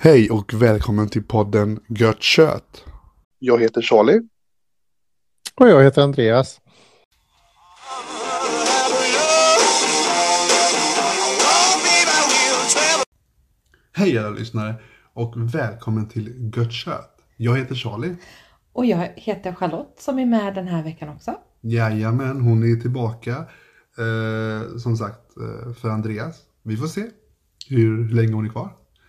Hej och välkommen till podden Gött Kött. Jag heter Charlie. Och jag heter Andreas. Hej alla lyssnare och välkommen till Gött Kött. Jag heter Charlie. Och jag heter Charlotte som är med den här veckan också. Jajamän, hon är tillbaka. Som sagt, för Andreas. Vi får se hur länge hon är kvar.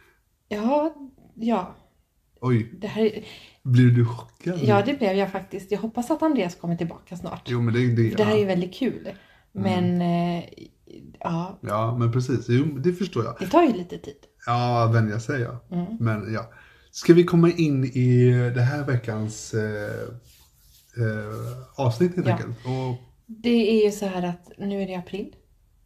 Ja. Oj, Det här, blir du chockad? ja, det blev jag faktiskt. Jag hoppas att Andreas kommer tillbaka snart. Jo, men För det här är ju väldigt kul. Men ja, Ja, men precis. Jo, det förstår jag. det tar ju lite tid. Ja, vänja sig ja. Men ja. Ska vi komma in i det här veckans avsnitt helt Ja. enkelt? Och, Det är ju så här att nu är det april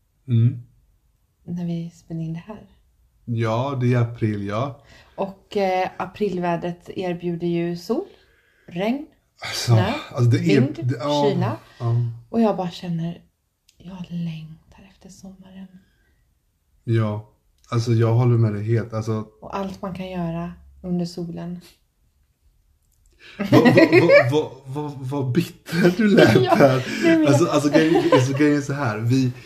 när vi spelar in det här. ja, det är april, ja. Och aprilvädret erbjuder ju sol, regn, Alltså, snö, det är, vind, kyla. Ja, Och jag bara känner, jag längtar efter sommaren. ja, alltså jag håller med dig helt. Alltså, Och allt man kan göra under solen. vad bitter du lät Ja, här. nej, men- Alltså grejen är så här.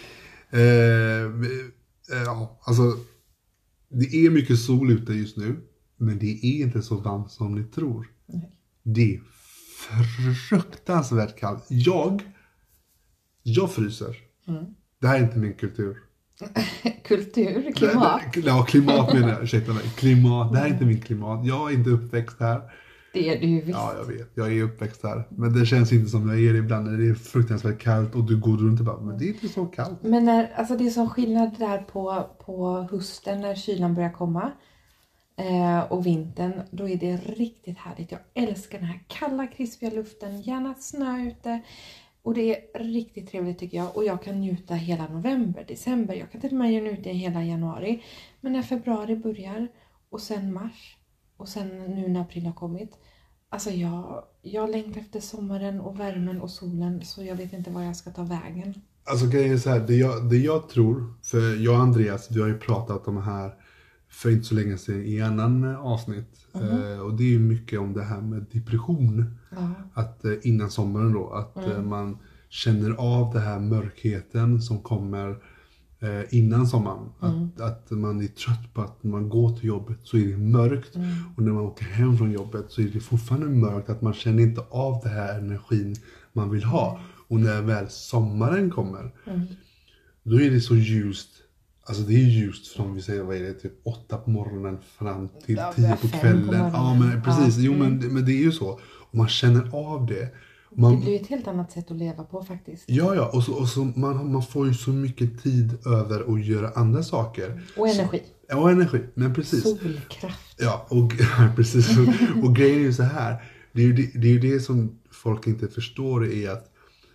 Alltså, det är mycket sol ute just nu. Men det är inte så varmt som ni tror. Nej. Det är fruktansvärt kallt. Jag fryser. Det här är inte min kultur. Kultur, klimat. Ja, klimat menar jag. Ursäkta mig. Klimat. Det här är inte min klimat. Jag är inte uppväxt här. Det är du ju visst. Ja, jag vet. Jag är uppväxt här. Men det känns inte som jag är ibland när det är fruktansvärt kallt och du går runt och bara, men det är inte så kallt. Men alltså det är sån skillnad där på hösten när kylan börjar komma. Och vintern, då är det riktigt härligt. Jag älskar den här kalla, krispiga luften. Gärna snö ute. Och det är riktigt trevligt tycker jag. Och jag kan njuta hela november, december. Jag kan till och med njuta hela januari. Men när februari börjar och sen mars. Och sen nu när april har kommit. Alltså jag längtar efter sommaren och värmen och solen. Så jag vet inte var jag ska ta vägen. Alltså grejen är så här, det jag tror, för jag och Andreas, vi har ju pratat om det här för inte så länge sedan i en annan avsnitt. Och det är ju mycket om det här med depression. Ja. Att innan sommaren då, att man känner av det här mörkheten som kommer innan sommaren. Att man är trött på att man går till jobbet så är det mörkt. Och när man åker hem från jobbet så är det fortfarande mörkt. Att man känner inte av det här energin man vill ha. Och när väl sommaren kommer, då är det så ljust. Alltså det är ljust från, vi säger, vad är det, typ 8 på morgonen fram till 10 på 5 på kvällen. morgonen. Ja, men precis. Ja. Jo, men det är ju så. Och man känner av det. Det blir ett helt annat sätt att leva på faktiskt. Ja, och så man får ju så mycket tid över att göra andra saker. Och energi. Ja, energi, men precis. Solkraft. Ja, och precis. Och grejen är ju så här. Det är ju det som folk inte förstår är att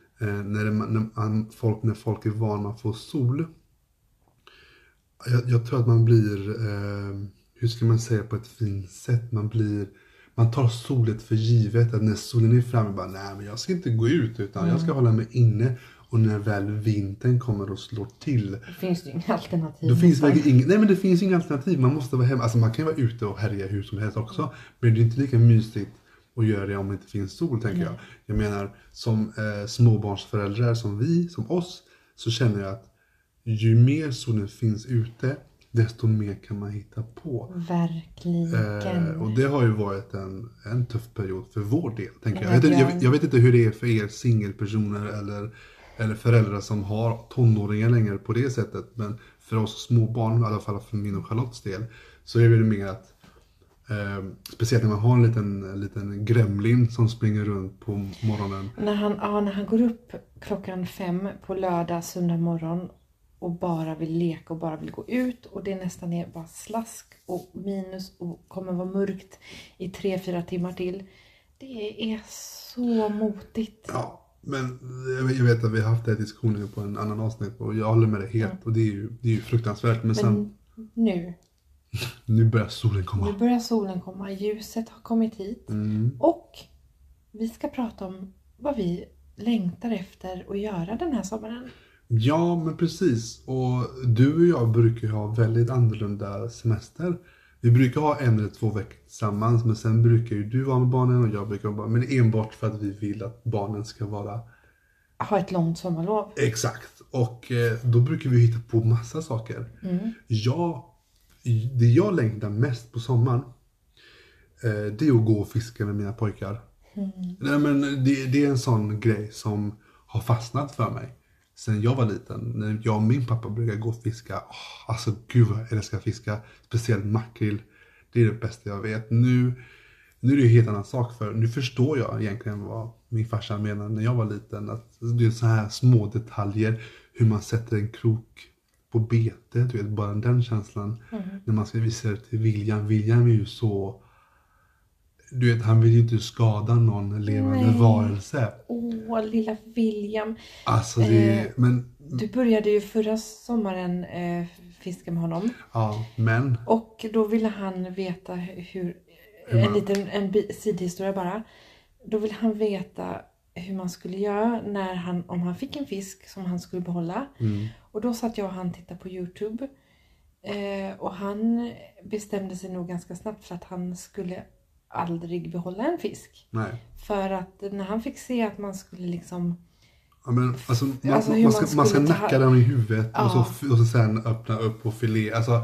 när folk är vana att få sol. Jag tror att man blir, hur ska man säga på ett fint sätt, man tar solet för givet, att när solen är framme bara, nej men jag ska inte gå ut utan jag ska hålla mig inne, och när väl vintern kommer och slår till, Det finns ju inga alternativ. då finns det finns inga alternativ, man måste vara hemma, alltså man kan ju vara ute och härja hur som helst också, men det är inte lika mysigt att göra det om det inte finns sol, tänker jag. Jag menar, som småbarnsföräldrar som oss, så känner jag att ju mer solen finns ute, desto mer kan man hitta på. Verkligen. Och det har ju varit en tuff period för vår del, tänker Men jag. Jag vet inte hur det är för er singelpersoner eller föräldrar som har tonåringar längre på det sättet. Men för oss småbarn, i alla fall för min och Charlottes del, så är det mer att speciellt när man har en liten gremlin som springer runt på morgonen. När han går upp 5:00 på lördag, söndag morgon och bara vill leka och bara vill gå ut, och det nästan är bara slask och minus och kommer vara mörkt i 3-4 timmar till. Det är så motigt. Ja, men jag vet att vi har haft det här diskussionen på en annan avsnitt och jag håller med dig helt, och det är ju fruktansvärt, men sen nu börjar solen komma. Nu börjar solen komma, ljuset har kommit hit. Och vi ska prata om vad vi längtar efter att göra den här sommaren. Ja, men precis. Och du och jag brukar ha väldigt annorlunda semester. Vi brukar ha 1 eller 2 veckor tillsammans, men sen brukar ju du vara med barnen och jag brukar vara med barnen. Men enbart för att vi vill att barnen ska vara... Ha ett långt sommarlov. Exakt. Och då brukar vi hitta på massa saker. Det jag längtar mest på sommaren, det är att gå och fiska med mina pojkar. Nej, men det är en sån grej som har fastnat för mig sen jag var liten. När jag och min pappa brukar gå och fiska. Alltså gud vad jag älskar fiska. Speciellt makrill. Det är det bästa jag vet. Nu är det ju en helt annan sak, för nu förstår jag egentligen vad min farsa menar när jag var liten. Att det är så här små detaljer. Hur man sätter en krok på bete. Du vet, bara den känslan. När man ska visa det till William. William är ju så... Du vet, han vill ju inte skada någon levande varelse. Lilla William. Alltså Du började ju förra sommaren fiska med honom. Ja, men... Och då ville han veta hur en sidhistoria bara. Då ville han veta hur man skulle göra om han fick en fisk som han skulle behålla. Och då satt jag och han tittade på YouTube. Och han bestämde sig nog ganska snabbt för att han skulle aldrig behålla en fisk. Nej. För att när han fick se att man skulle liksom... Ja, men, man ska nacka den i huvudet och så sen öppna upp och filé. Alltså,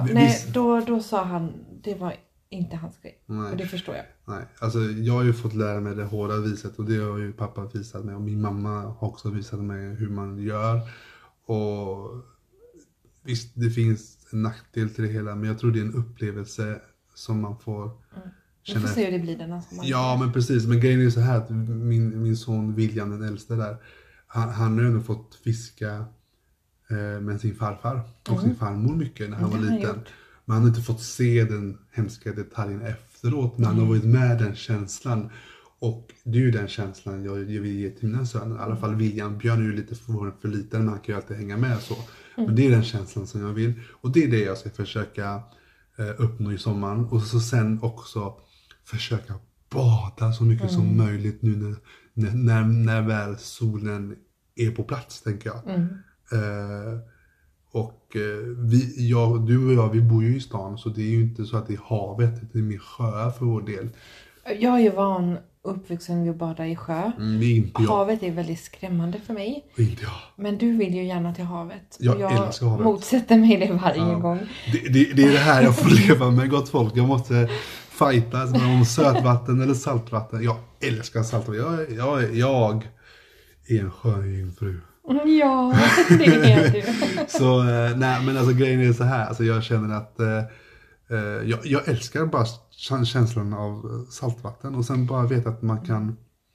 då sa han, det var inte hans grej. Och det förstår jag. Nej, alltså jag har ju fått lära mig det hårda viset, och det har ju pappa visat mig. Och min mamma har också visat mig hur man gör. Och visst, det finns en nackdel till det hela, men jag tror det är en upplevelse som man får... Vi får se hur det blir den. Ja, men precis. Men grejen är ju så här att min son William, den äldste där, han har ändå fått fiska med sin farfar och sin farmor mycket när han var liten. Men han har inte fått se den hemska detaljen efteråt, men han har varit med den känslan. Och det är ju den känslan jag vill ge till mina söner. I alla fall William. Björn är ju lite för liten, men han kan ju alltid hänga med så. Men det är den känslan som jag vill. Och det är det jag ska försöka uppnå i sommaren. Och så sen också försöka bada så mycket som möjligt nu när väl solen är på plats, tänker jag. Du och jag, vi bor ju i stan, så det är ju inte så att det är havet, det är mer sjö för vår del. Jag är ju van uppvuxen vid att bada i sjö. Inte jag. Havet är väldigt skrämmande för mig. Inte jag. Men du vill ju gärna till havet. Jag älskar havet. Motsätter mig det varje gång. Det är det här jag får leva med, gott folk. Jag måste fightas med om sötvatten eller saltvatten. Jag älskar saltvatten. Jag är en sjöjungfru. Ja, det är du. Så nej, men alltså grejen är så här. Alltså, jag känner att jag älskar bara känslan av saltvatten. Och sen bara veta att man kan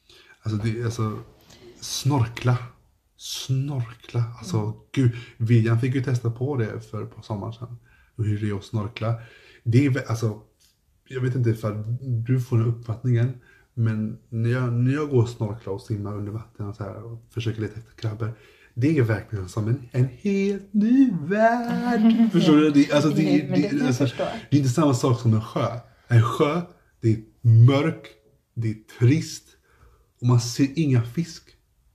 snorkla. Alltså gud, William fick ju testa på det på sommaren sedan. Och hur det är att snorkla. Det är alltså, jag vet inte ifall du får den uppfattningen. Men när jag går och snorklar och simmar under vatten och, så här, och försöker leta efter krabbor. Det är verkligen som en helt ny värld. Förstår du? Det är inte samma sak som en sjö. En sjö, det är mörk, det är trist. Och man ser inga fisk.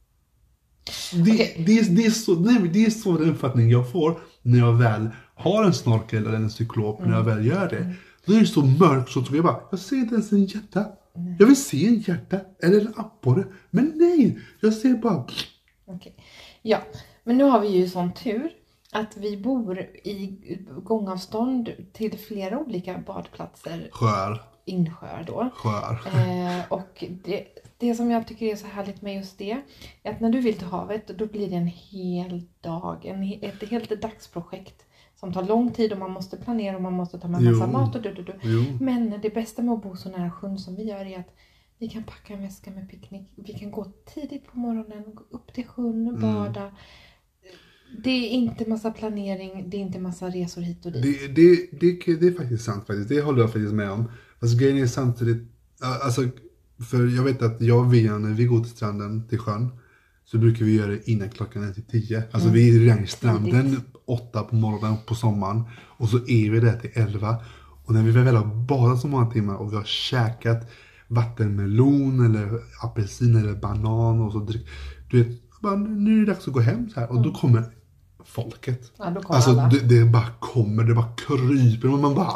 Det är så den uppfattning jag får när jag väl har en snorkel eller en cyklop. När jag väl gör det. Då är det så mörkt så jag ser inte ens en hjärta. Jag vill se en hjärta eller en abborre. Men nej, jag ser bara... Okej. Ja, men nu har vi ju sån tur att vi bor i gångavstånd till flera olika badplatser. Sjöar. Insjöar då. Sjöar. Och det som jag tycker är så härligt med just det är att när du vill till havet, då blir det en hel dag, ett helt dagsprojekt som tar lång tid och man måste planera och man måste ta med massa mat och Men det bästa med att bo så nära sjön som vi gör är att vi kan packa en väska med picknick. Vi kan gå tidigt på morgonen, gå upp till sjön och bada. Det är inte massa planering, det är inte massa resor hit och dit. Det är faktiskt sant faktiskt. Det håller jag faktiskt med om. Alltså grejen är samtidigt, alltså, för jag vet att jag och Vian, när vi går till stranden, till sjön, så brukar vi göra det innan klockan är till 10. Alltså vi är redan i stranden 8 på morgonen på sommaren. Och så är vi där till 11. Och när vi väl har badat så många timmar och vi har käkat vattenmelon eller apelsin eller banan och så du vet, bara, nu är det dags att gå hem så här. Och då kommer folket. Ja, då kommer Alltså alla. det bara kommer, det bara kryper och man bara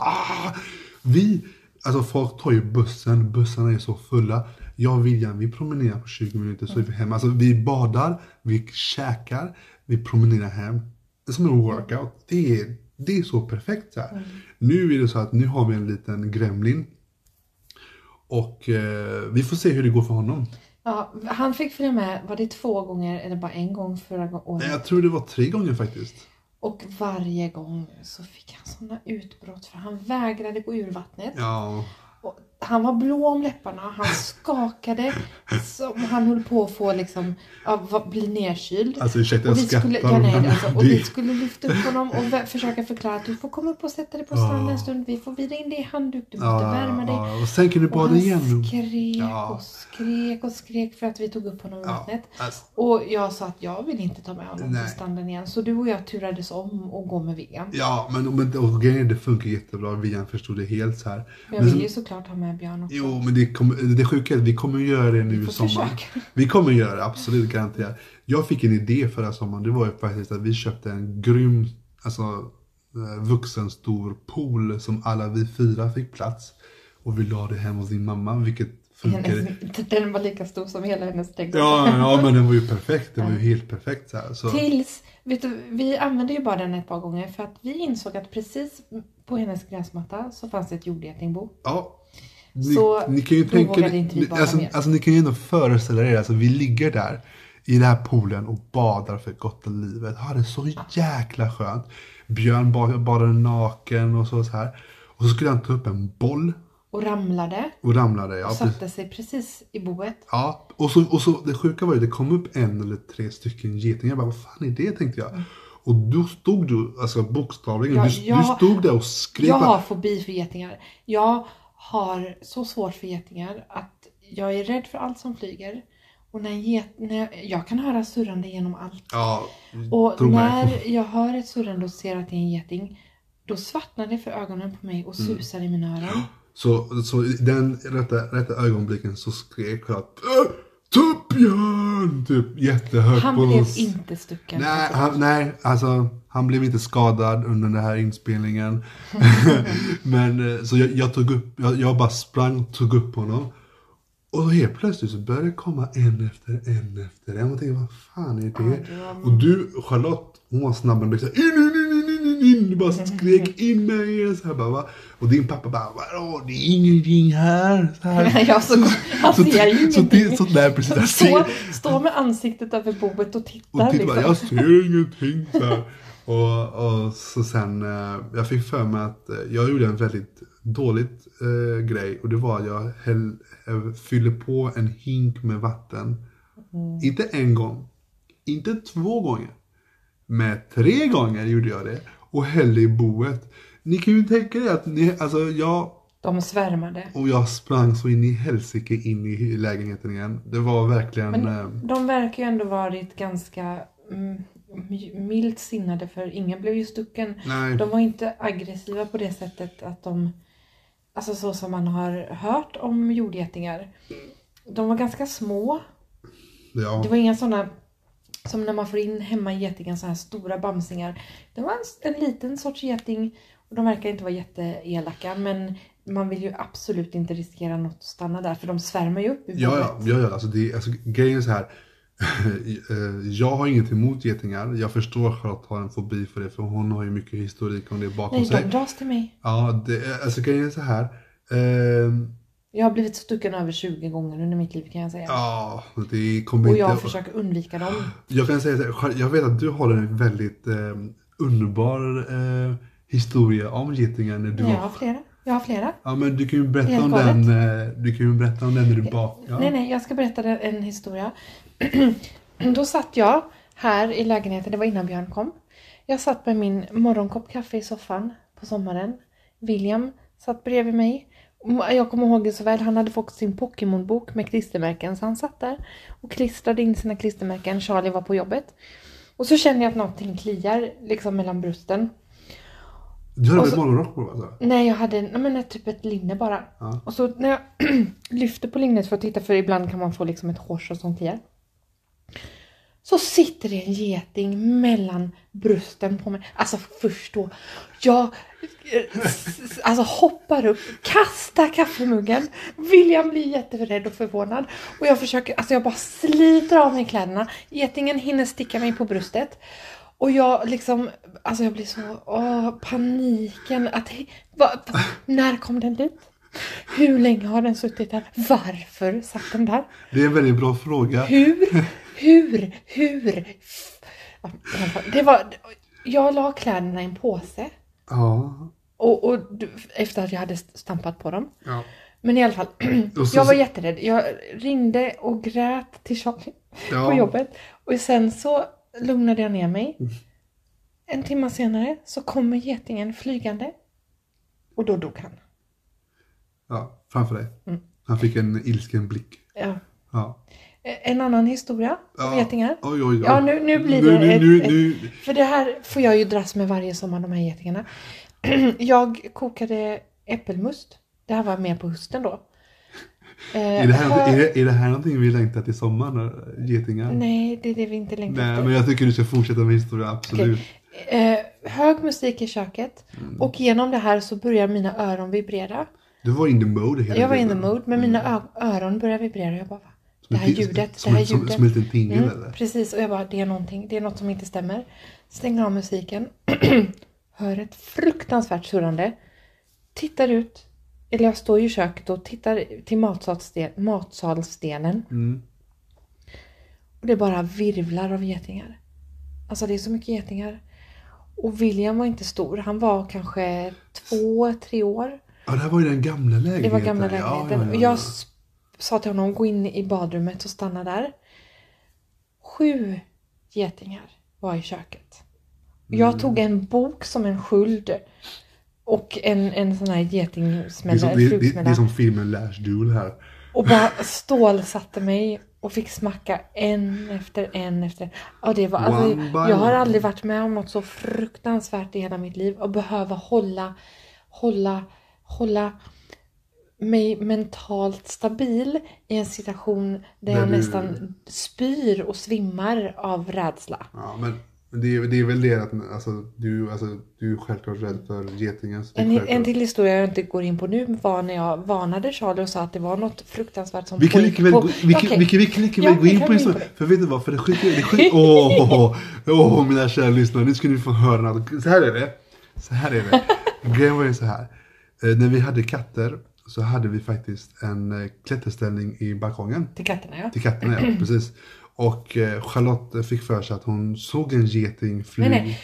alltså folk tar ju bussarna är så fulla. Jag och William, vi promenerar på 20 minuter så är vi hemma. Alltså vi badar, vi käkar, vi promenerar hem. Det är som en workout. Det är så perfekt så här. Nu är det så att nu har vi en liten gremlin. Och vi får se hur det går för honom. Ja, han fick följa med, var det 2 gånger eller bara en gång förra året? Jag tror det var 3 gånger faktiskt. Och varje gång så fick han sådana utbrott för han vägrade gå ur vattnet. Ja. Och han var blå om läpparna, han skakade som han höll på att få liksom, bli nedkyld. Alltså ursäkta, och jag vi skulle, skrattar. och vi skulle lyfta upp honom och försöka förklara att du får komma upp och sätta dig på stranden en stund. Vi får vira in dig i handduk, du måste värma dig. Och sen kan du bada igen. Han skrek och skrek för att vi tog upp honom i vattnet. Alltså. Och jag sa att jag vill inte ta med honom på stranden igen. Så du och jag turades om och gå med William. Ja, men det funkar jättebra. William förstod det helt så här. Jag vill ju såklart ha med Björn också. Jo, men det sjuka är att vi kommer göra det nu i sommar. Vi kommer göra det, absolut, garanterat. Jag fick en idé förra sommaren. Det var ju faktiskt att vi köpte en grym, alltså vuxen stor pool som alla vi 4 fick plats. Och vi la det hem hos din mamma, vilket funkar. Den var lika stor som hela hennes trädgård. Ja, men den var ju perfekt. Den var ju helt perfekt så här. Så. Tills, vet du, vi använde ju bara den ett par gånger för att vi insåg att precis på hennes gräsmatta så fanns det ett jordgetingbo. Ja. Ni kan ju tänka, ni kan ju ändå föreställa er, alltså vi ligger där i den här poolen och badar för gott av livet. Det är så jäkla skönt. Björn badade naken och så här. Och så skulle han ta upp en boll. Och ramlade, ja. Och satte sig precis i boet. Ja, och så det sjuka var ju, det kom upp 1 eller 3 stycken getingar. Jag bara, vad fan är det, tänkte jag. Och då stod du, alltså bokstavligen, du stod där och skrek. Jag har fobi för getingar. Jag har så svårt för getingar att jag är rädd för allt som flyger. Och jag kan höra surrande genom allt. Ja, och när jag hör ett surrande och ser att det är en geting, då svartnar det för ögonen på mig och susar i mina öron. Så i den rätta ögonblicken så skrek jag att Björn! Typ jättehögt. Han blev inte stucken. Nej, alltså han blev inte skadad under den här inspelningen. Men så jag bara tog upp honom. Och helt plötsligt så började det komma en efter en. Och jag tänkte, vad fan är det? Och du, Charlotte, hon var snabb och såhär, in. Du bara skrek in med er så här bara, va? Och din pappa bara, vadå, det är ingenting här. Så här. Han ser ju ingenting. Står med ansiktet över bordet och tittar. Och liksom. Jag ser ingenting så här. Och så sen, jag fick för mig att jag gjorde en väldigt dåligt grej. Och det var att jag fyllde på en hink med vatten. Inte 1 gång, inte 2 gånger. Med 3 gånger gjorde jag det. Och hällde i boet. Ni kan ju tänka er att de svärmade. Och jag sprang så in i helsike in i lägenheten igen. Det var verkligen... Men de verkar ju ändå varit ganska milt sinnade, för ingen blev ju stucken. Nej. De var inte aggressiva på det sättet att de... Alltså så som man har hört om jordgetingar. De var ganska små. Ja. Det var inga sådana... Som när man får in hemma i getingen så här stora bamsingar. Det var en liten sorts geting. Och de verkar inte vara jätteelaka. Men man vill ju absolut inte riskera något att stanna där. För de svärmar ju upp i bordet. Ja. Alltså grejen är så här. Jag har inget emot getingar. Jag förstår att Charlotte har en fobi för det. För hon har ju mycket historik om det bakom sig. Nej, de dras till mig. Ja, grejen är så här. Jag har blivit stucken över 20 gånger under mitt liv, kan jag säga. Ja, det kommer och jag försöker undvika dem. Jag kan säga så här, jag vet att du har en väldigt underbar historia om getingar när du Jag har flera. Ja, men du kan ju berätta om den. Du kan ju berätta om den när du bakar. Nej, jag ska berätta en historia. Då satt jag här i lägenheten, det var innan Björn kom. Jag satt med min morgonkopp kaffe i soffan på sommaren. William satt bredvid mig. Jag kommer ihåg det så väl, han hade fått sin Pokémon-bok med klistermärken, så han satt där och klistrade in sina klistermärken. Charlie var på jobbet. Och så kände jag att någonting kliar liksom mellan brösten. Du hade ett morgonrock på alltså? Nej, jag hade typ ett linne bara. Ja. Och så när jag lyfter på linnet för att titta, för ibland kan man få liksom ett hårs och sånt kliar. så sitter det en geting mellan brösten på mig. Alltså först då. Jag hoppar upp, kastar kaffemuggen. William blir jätterädd och förvånad. Och jag bara sliter av mig kläderna. Getingen hinner sticka mig på bröstet. Och jag liksom, jag blir så, paniken. När kom den dit? Hur länge har den suttit där? Varför satt den där? Det är en väldigt bra fråga. Hur? Jag la kläderna i en påse. Ja. Och efter att jag hade stampat på dem. Ja. Men i alla fall, jag var jätterädd. Jag ringde och grät till Charlie på jobbet. Och sen så lugnade jag ner mig. En timme senare så kommer getingen flygande. Och då dog han. Ja, framför dig. Han fick en ilsken blick. Ja. En annan historia om getingar. Oj. Ja, nu blir det för det här får jag ju dras med varje sommar, de här getingarna. Jag kokade äppelmust. Det här var mer på hösten då. Är det här någonting vi längtar till sommaren? Getingar? Nej, det är det vi inte längtar till. Nej, men jag tycker du ska fortsätta med historien, absolut. Okay. Hög musik i köket. Och genom det här så börjar mina öron vibrera. Du var in the mode hela tiden. Jag var in the mode, men mina öron började vibrera. Jag bara, det här ljudet. Som en liten pingel eller? Precis, och jag bara, det är något som inte stämmer. Stänger av musiken. Hör ett fruktansvärt surrande. Tittar ut. Eller jag står i köket och tittar till matsalsdelen. Och det bara virvlar av getingar. Alltså det är så mycket getingar. Och William var inte stor. Han var kanske 2-3 år. Ja, det här var ju den gamla lägenheten. Det var gamla lägenheten. Och jag sa till honom, gå in i badrummet och stanna där. 7 getingar var i köket. Jag tog en bok som en sköld. Och en sån här getingsmälla. Det är som filmen Last Duel här. Och bara stålsatte mig. Och fick smacka en efter en. Ja, det var, jag har aldrig varit med om något så fruktansvärt i hela mitt liv. Och behöva hålla mig mentalt stabil i en situation där jag nästan spyr och svimmar av rädsla. Ja, men det är väl det att du är självklart rädd för getingar. En till historia jag inte går in på nu var när jag varnade Charlie och sa att det var något fruktansvärt som vi kan lika väl gå in på historien. För vet du vad? För det skiter mina kära lyssnare. Nu ska ni få höra något. Så här är det. Grejen var ju så här. När vi hade katter så hade vi faktiskt en klätterställning i balkongen. Till katterna, ja, precis. Och Charlotte fick för sig att hon såg en geting flyga. Nej.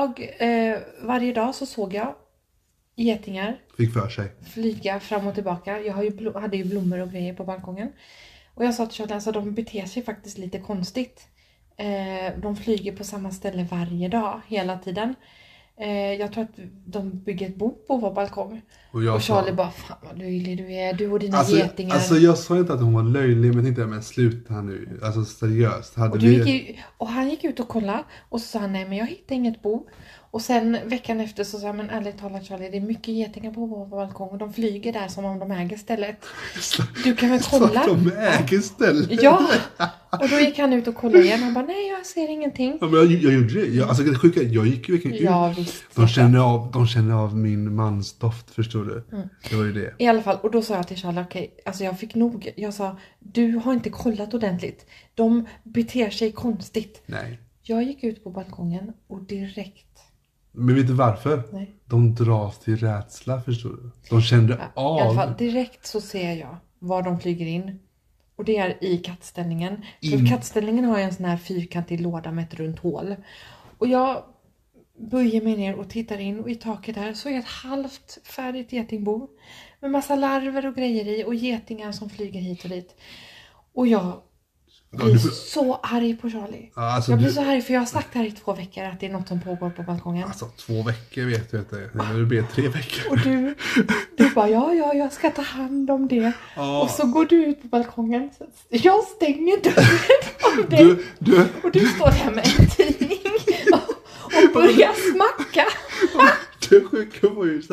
Varje dag så såg jag getingar. Fick för sig. Flyga fram och tillbaka. Jag hade ju blommor och grejer på balkongen. Och jag sa till Charlotte, alltså de beter sig faktiskt lite konstigt. De flyger på samma ställe varje dag, hela tiden. Jag tror att de bygger ett bo på vår balkong. Och Charlie bara, fan vad löjlig du är. Du och dina getingar. Alltså jag sa inte att hon var löjlig. Men jag tänkte, men sluta nu. Alltså seriöst. Och han gick ut och kollade. Och så sa han, nej men jag hittade inget bo. Och sen veckan efter så sa han, men ärligt talat Charlie, det är mycket getingar på vår balkong. Och de flyger där som om de äger stället. Du kan väl kolla. Så de äger stället? Ja. Och då gick han ut och kollade igen. Han bara, nej jag ser ingenting. Ja, men jag gjorde det. Det sjuka, jag gick ju verkligen ut. Ja, visst. De kände av min mans doft, förstår du. Det var ju det. I alla fall, och då sa jag till Charlie, okej, alltså jag fick nog. Jag sa, du har inte kollat ordentligt. De beter sig konstigt. Nej. Jag gick ut på balkongen och direkt. Men vet du varför? Nej. De dras till rädsla, förstår du. De kände av. I alla fall, direkt så ser jag var de flyger in. Och det är i kattställningen. För kattställningen har en sån här fyrkantig låda med ett runt hål. Och jag böjer mig ner och tittar in. Och i taket här så är ett halvt färdigt getingbo. Med massa larver och grejer i. Och getingar som flyger hit och dit. Och jag blir så arg på Charlie. Alltså, jag blir så arg för jag har sagt här i 2 veckor att det är något som pågår på balkongen. Alltså 2 veckor vet jag inte. Det blir 3 veckor. Och du bara, ja, jag ska ta hand om det. Och så går du ut på balkongen. Jag stänger dörren om dig. Och du står där med en tidning och börjar smacka. Det sjuka var ju så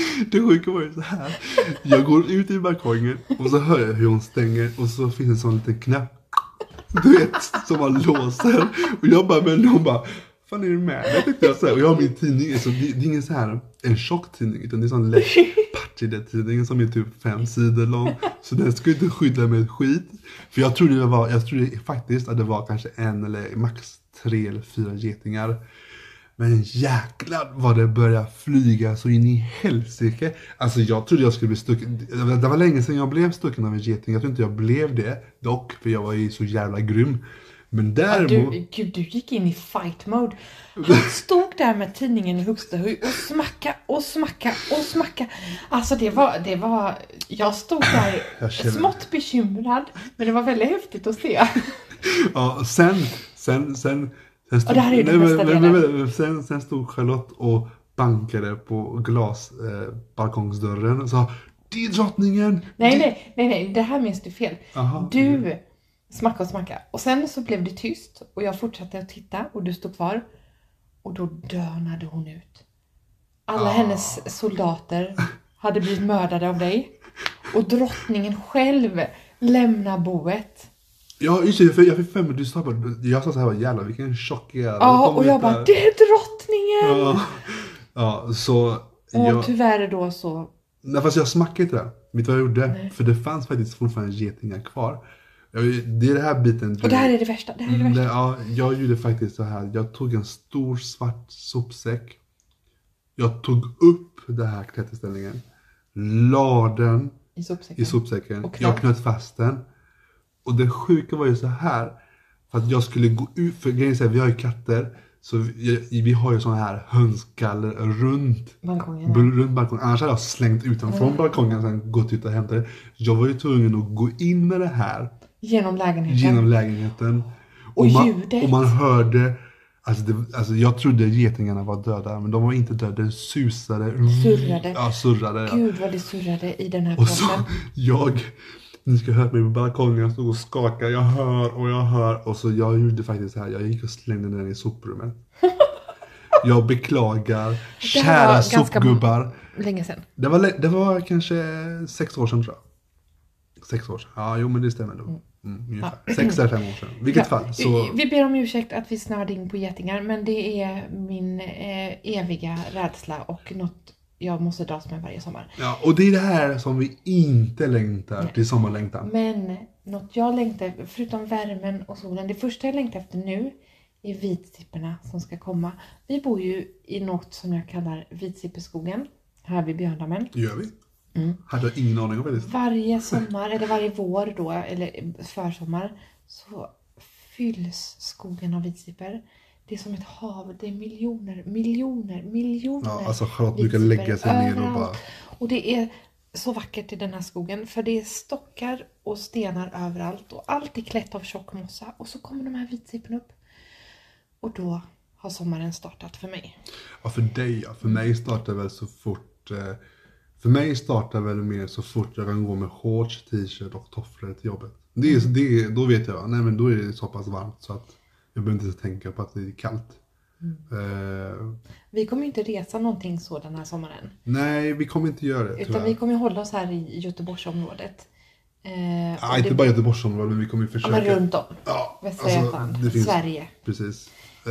här. Jag går ut i balkongen och så hör jag hur hon stänger och så finns en sån liten knapp Du vet, som man låser. Och jag bara, men de bara, fan är du med? Jag tyckte jag så här, och jag har min tidning, så det är ingen så här en tjock tidning, utan det är sån lätt Partille-tidning som är typ 5 sidor lång. Så den skulle inte skydda mig ett skit. För jag trodde faktiskt att det var kanske 1 eller max 3 eller 4 getingar. Men jäklar vad det började flyga så in i helsike. Alltså jag trodde jag skulle bli stucken. Det var länge sedan jag blev stucken av en geting. Jag tror inte jag blev det dock, för jag var ju så jävla grym. Men däremot... Du gick in i fight mode. Han stod där med tidningen i högsta höjd och smacka. Alltså det var jag stod där smått bekymrad, men det var väldigt häftigt att se. Ja, sen stod, och det här är ju den bästa delen. Sen stod Charlotte och bankade på glasbalkongsdörren och sa, det är drottningen. Nej, det här minns du fel. Aha. Du smacka. Och sen så blev det tyst och jag fortsatte att titta och du stod kvar. Och då dönade hon ut. Alla hennes soldater hade blivit mördade av dig. Och drottningen själv lämnar boet. Ja, just det, för jag fick 5 minuter stopp. Jag sa så här, jävlar vilken tjock jävla. Ja, och jag bara, det är drottningen! Ja, så... Och tyvärr då så... Nej, fast jag smackade inte det. Vet du vad jag gjorde? Nej. För det fanns faktiskt fortfarande getingar kvar. Det är det här biten. Och det här är det värsta. Ja, jag gjorde faktiskt så här. Jag tog en stor svart sopsäck. Jag tog upp det här klätterställningen. La den i sopsäcken. Jag knöt fast den. Och det sjuka var ju så här. För att jag skulle gå ut. För grejen är så här, vi har ju katter. Så vi har ju såna här hönsgaller runt balkongen. Annars hade jag slängt ut den från balkongen och sen gått ut och hämtat det. Jag var ju tvungen att gå in med det här. Genom lägenheten. Och ljudet. Och man hörde... Alltså jag trodde getingarna var döda, men de var inte döda. Den surrade. Ja, surrade. Gud vad det surrade i den här påsen. Och så ni ska höra mig på balkongen, jag stod och skakade. Jag hör. Och så jag gjorde faktiskt så här. Jag gick och slängde den i soprummet. Jag beklagar. Kära sopgubbar. Länge sedan. Det var kanske 6 år sedan tror jag. 6 år sedan. Ja, jo men det stämmer nog. Ungefär. 6 eller 5 år sedan. Vilket fall. Så... Vi ber om ursäkt att vi snörde in på getingar. Men det är min eviga rädsla och något jag måste dras med varje sommar. Ja, och det är det här som vi inte längtar till sommarlängtan. Men något jag längtar, förutom värmen och solen. Det första jag längtar efter nu är vitsipporna som ska komma. Vi bor ju i något som jag kallar vitsippeskogen. Här vid Björndammen. Gör vi? Hade jag ingen aning om det. Varje sommar, eller varje vår då, eller försommar, så fylls skogen av vitsipper. Det är som ett hav, det är miljoner. Ja, alltså Charlotte brukar lägga sig ner och bara... Och det är så vackert i den här skogen, för det är stockar och stenar överallt och allt är klätt av tjock mossa. Och så kommer de här vitsipporna upp. Och då har sommaren startat för mig. Ja, för dig ja. För mig startar väl så fort... För mig startar väl mer så fort jag kan gå med shorts, t-shirt och tofflor till jobbet. Då vet jag, nej men då är det så pass varmt så att jag behöver inte tänka på att det är kallt. Vi kommer inte resa någonting så den här sommaren. Nej, vi kommer inte göra det. Utan vi kommer hålla oss här i Göteborgsområdet. Inte bara Göteborgsområdet, men vi kommer försöka. Men runt om. Ja, Västra Götaland, Sverige. Precis.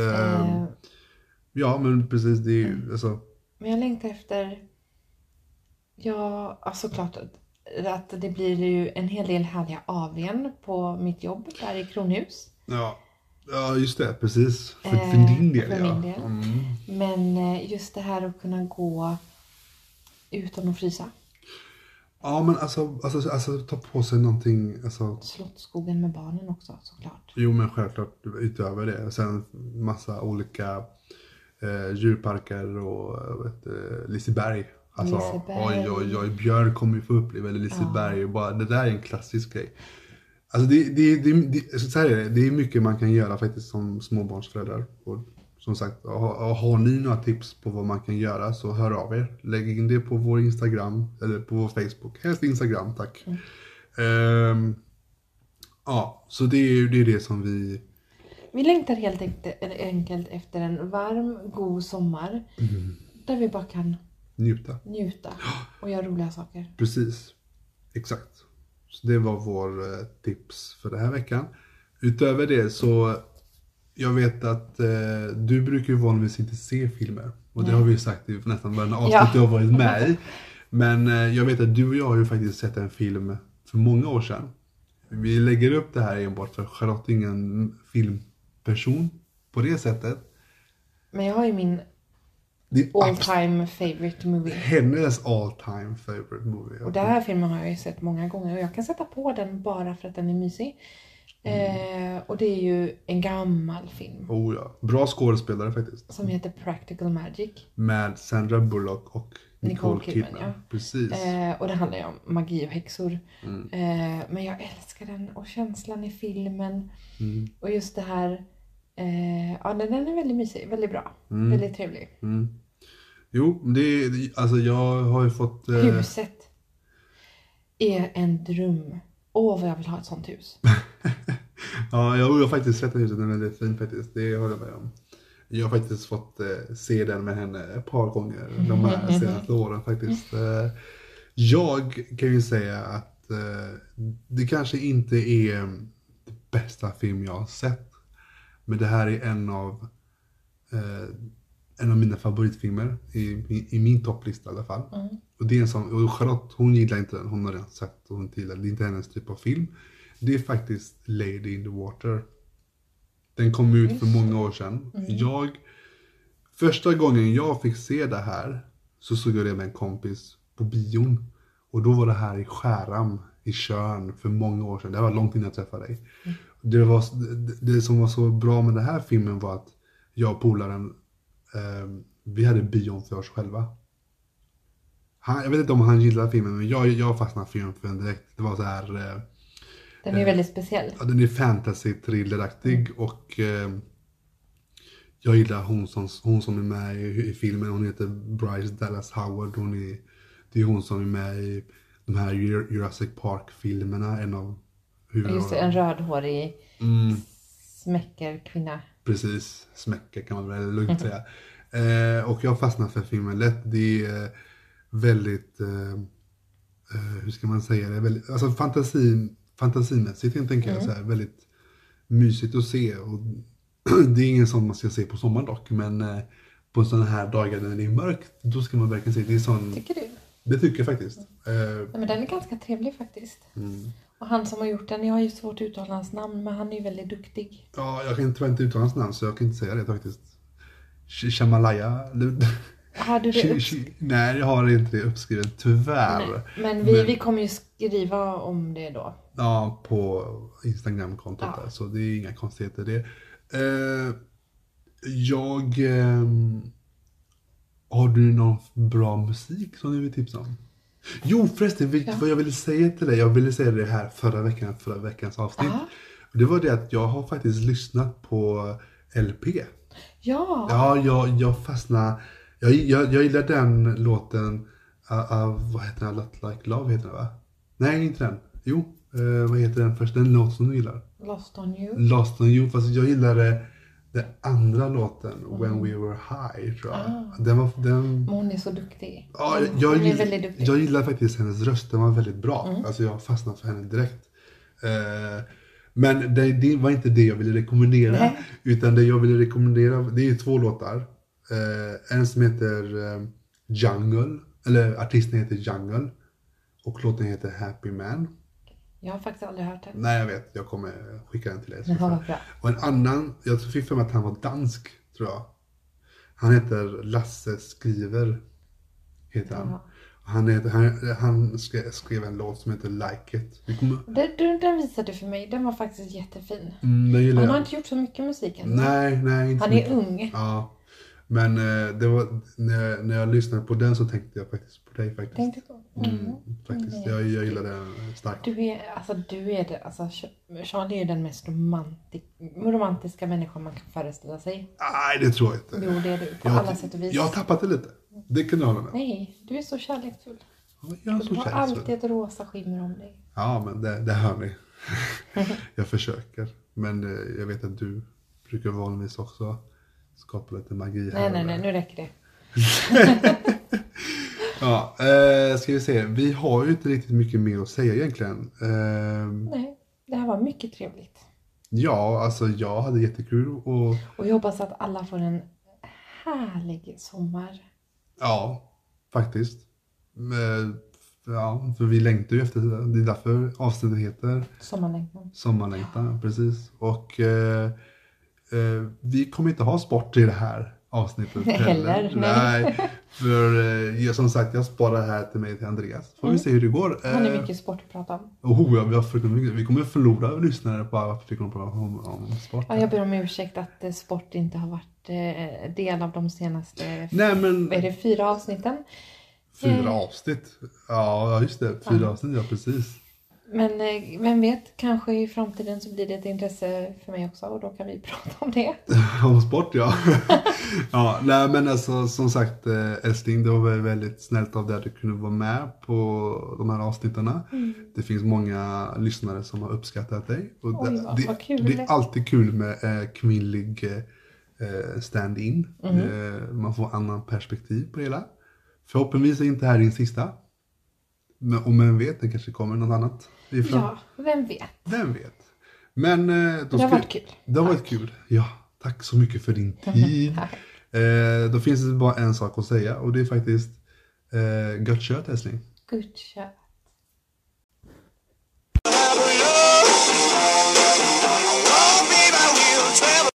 Ja, men precis. Det är ju, alltså... Men jag längtar efter... Ja, alltså klart att det blir ju en hel del härliga AW:n på mitt jobb där i Kronhus. Ja, just det, precis. För din del, min del. Men just det här att kunna gå utan att frysa. Ja, men alltså ta på sig någonting. Alltså... Slottsskogen med barnen också, såklart. Jo, men självklart utöver det. Sen massa olika djurparker och Liseberg. Alltså, oj, Björn kommer ju få uppleva Liseberg. Och bara, det där är en klassisk grej. Alltså det är mycket man kan göra faktiskt som småbarnsföräldrar. Och som sagt, har ni några tips på vad man kan göra så hör av er. Lägg in det på vår Instagram eller på vår Facebook. Helst Instagram, tack. Så det är det som vi... Vi längtar helt enkelt efter en varm, god sommar. Där vi bara kan njuta och göra roliga saker. Precis, exakt. Så det var vår tips för den här veckan. Utöver det så, jag vet att du brukar ju vanligtvis inte se filmer. Och det har vi ju sagt i nästan varje avsnitt du har varit med i. Men jag vet att du och jag har ju faktiskt sett en film för många år sedan. Vi lägger upp det här enbart för Charlotte är ingen filmperson på det sättet. Men jag har ju min all time favorite movie. Hennes all time favorite movie. Och den här filmen har jag ju sett många gånger. Och jag kan sätta på den bara för att den är mysig. Och det är ju en gammal film. Oh ja, bra skådespelare faktiskt. Som heter Practical Magic. Med Sandra Bullock och Nicole Kidman. Ja. Precis. Och det handlar ju om magi och häxor. Men jag älskar den och känslan i filmen. Och just det här. Ja, den är väldigt mysig, väldigt bra. Väldigt trevlig. Jo, alltså jag har ju fått... Huset är en dröm. Åh, vad jag vill ha ett sånt hus. Ja, jag har faktiskt sett det huset, den är väldigt fin faktiskt. Det håller jag med om. Jag har faktiskt fått se den med henne ett par gånger de här senaste åren faktiskt. Jag kan ju säga att det kanske inte är det bästa film jag har sett. Men det här är en av mina favoritfilmer i min topplista i alla fall. Och det är en sån, och Charlotte, hon gillar inte den, hon har redan sagt och hon gillar, det är inte hennes typ av film. Det är faktiskt Lady in the Water. Den kom ut för många år sedan. Första gången jag fick se det här så såg jag det med en kompis på bion. Och då var det här i Skäram i Tjörn för många år sedan. Det var långt innan jag träffade dig. Det som var så bra med den här filmen var att jag och polaren, vi hade bion för oss själva. Jag vet inte om han gillar filmen, men jag fastnade för den direkt. Det var så här... Den är väldigt speciell. Ja, den är fantasy-thrilleraktig och jag gillar hon som är med i filmen. Hon heter Bryce Dallas Howard. Det är hon som är med i de här Jurassic Park-filmerna. En av just det, en rödhårig smäckerkvinna. Precis, smäcker kan man väl lugnt säga. Och jag fastnar för filmen lätt. Det är väldigt, hur ska man säga det? Väldigt, alltså fantasimässigt tänker jag så här, väldigt mysigt att se. Och det är ingen sån man ska se på sommaren dock, men på sådana här dagar när det är mörkt, då ska man verkligen se. Det är sån... Tycker du? Det tycker jag faktiskt. Men den är ganska trevlig faktiskt. Och han som har gjort den, jag har ju svårt att uttala hans namn, men han är ju väldigt duktig. Ja, jag kan inte uttala hans namn så jag kan inte säga det faktiskt. Shamalaya. Har du det Nej, jag har inte det uppskrivet, tyvärr. Nej, men vi kommer ju skriva om det då. Ja, på Instagram-kontot där, så det är inga konstigheter det. Har du någon bra musik som du vill tipsa om? Jo, förresten, vad jag ville säga till dig. Jag ville säga det här förra veckans avsnitt. Det var det att jag har faktiskt lyssnat på LP. Ja. Ja, jag fastnade. Jag gillar den låten av, vad heter den? Lot Like Love heter den, va? Nej, inte den. Jo, vad heter den först? Den låt som du gillar. Lost on You. Lost on You, fast jag gillade den andra låten, When We Were High, tror jag. Hon är så duktig. Ja, hon är väldigt duktig. Jag gillar faktiskt hennes röst, den var väldigt bra. Alltså jag fastnade för henne direkt. Men det var inte det jag ville rekommendera. Nej. Utan det jag ville rekommendera, det är 2 låtar. En som heter Jungle, eller artisten heter Jungle. Och låten heter Happy Man. Jag har faktiskt aldrig hört den. Nej, jag vet. Jag kommer skicka den till dig. Ja, och en annan, jag fick för mig att han var dansk, tror jag. Han heter Lasse Skriver. Heter han. Han skrev en låt som heter Like It. Den visade du för mig. Den var faktiskt jättefin. Han har inte gjort så mycket musik än. Nej, inte han är ung. Ja. Men det var, när jag lyssnade på den så tänkte jag faktiskt på dig faktiskt. Tänkte på? Faktiskt, jag gillar den starkt. Charlie är den mest romantiska människan man kan föreställa sig. Nej, det tror jag inte. Jo, det är du. På alla sätt och vis. Jag har tappat det lite. Det kan jag hålla med. Nej, du är så kärleksfull. Jag är så du har alltid ett rosa skimmer om dig. Ja, men det hör ni. Jag försöker. Men jag vet att du brukar vanligtvis också skapa lite magi här. Nej, nu räcker det. Ja, ska vi se. Vi har ju inte riktigt mycket mer att säga egentligen. Nej, det här var mycket trevligt. Ja, alltså jag hade jättekul och Och jag hoppas att alla får en härlig sommar. ja, faktiskt. Ja, för vi längtar ju efter det. Det är därför avsnittet heter Sommarlängtan. Sommarlängtan, precis. Och vi kommer inte ha sport i det här avsnittet Heller, nej. Nej, för som sagt, jag sparar det här till mig till Andreas. Får vi se hur det går. Har ni mycket sport att prata om? Ja, vi har fruktansvärt mycket. Vi kommer förlora lyssnare på att vi kommer prata om sport. Ja, jag ber om ursäkt att sport inte har varit del av de senaste Nej, men... vad är det, 4 avsnitten. 4 avsnitt. Ja, just det. 4 avsnitt, ja precis. Men vem vet, kanske i framtiden så blir det ett intresse för mig också och då kan vi prata om det. Om sport, ja. Ja, nej men alltså som sagt älskling, det var väldigt snällt av dig att du kunde vara med på de här avsnittarna. Det finns många lyssnare som har uppskattat dig. Och Oj, vad kul. det är alltid kul med kvinnlig stand-in. Man får annan perspektiv på det hela. Förhoppningsvis är inte här din sista. Men om man vet, det kanske kommer något annat ifrån. Ja, vem vet. Vem vet. Men Det har varit kul. Det har varit kul. Ja, tack så mycket för din tid. Då finns det bara en sak att säga och det är faktiskt gött kött, älskling. Gott kött.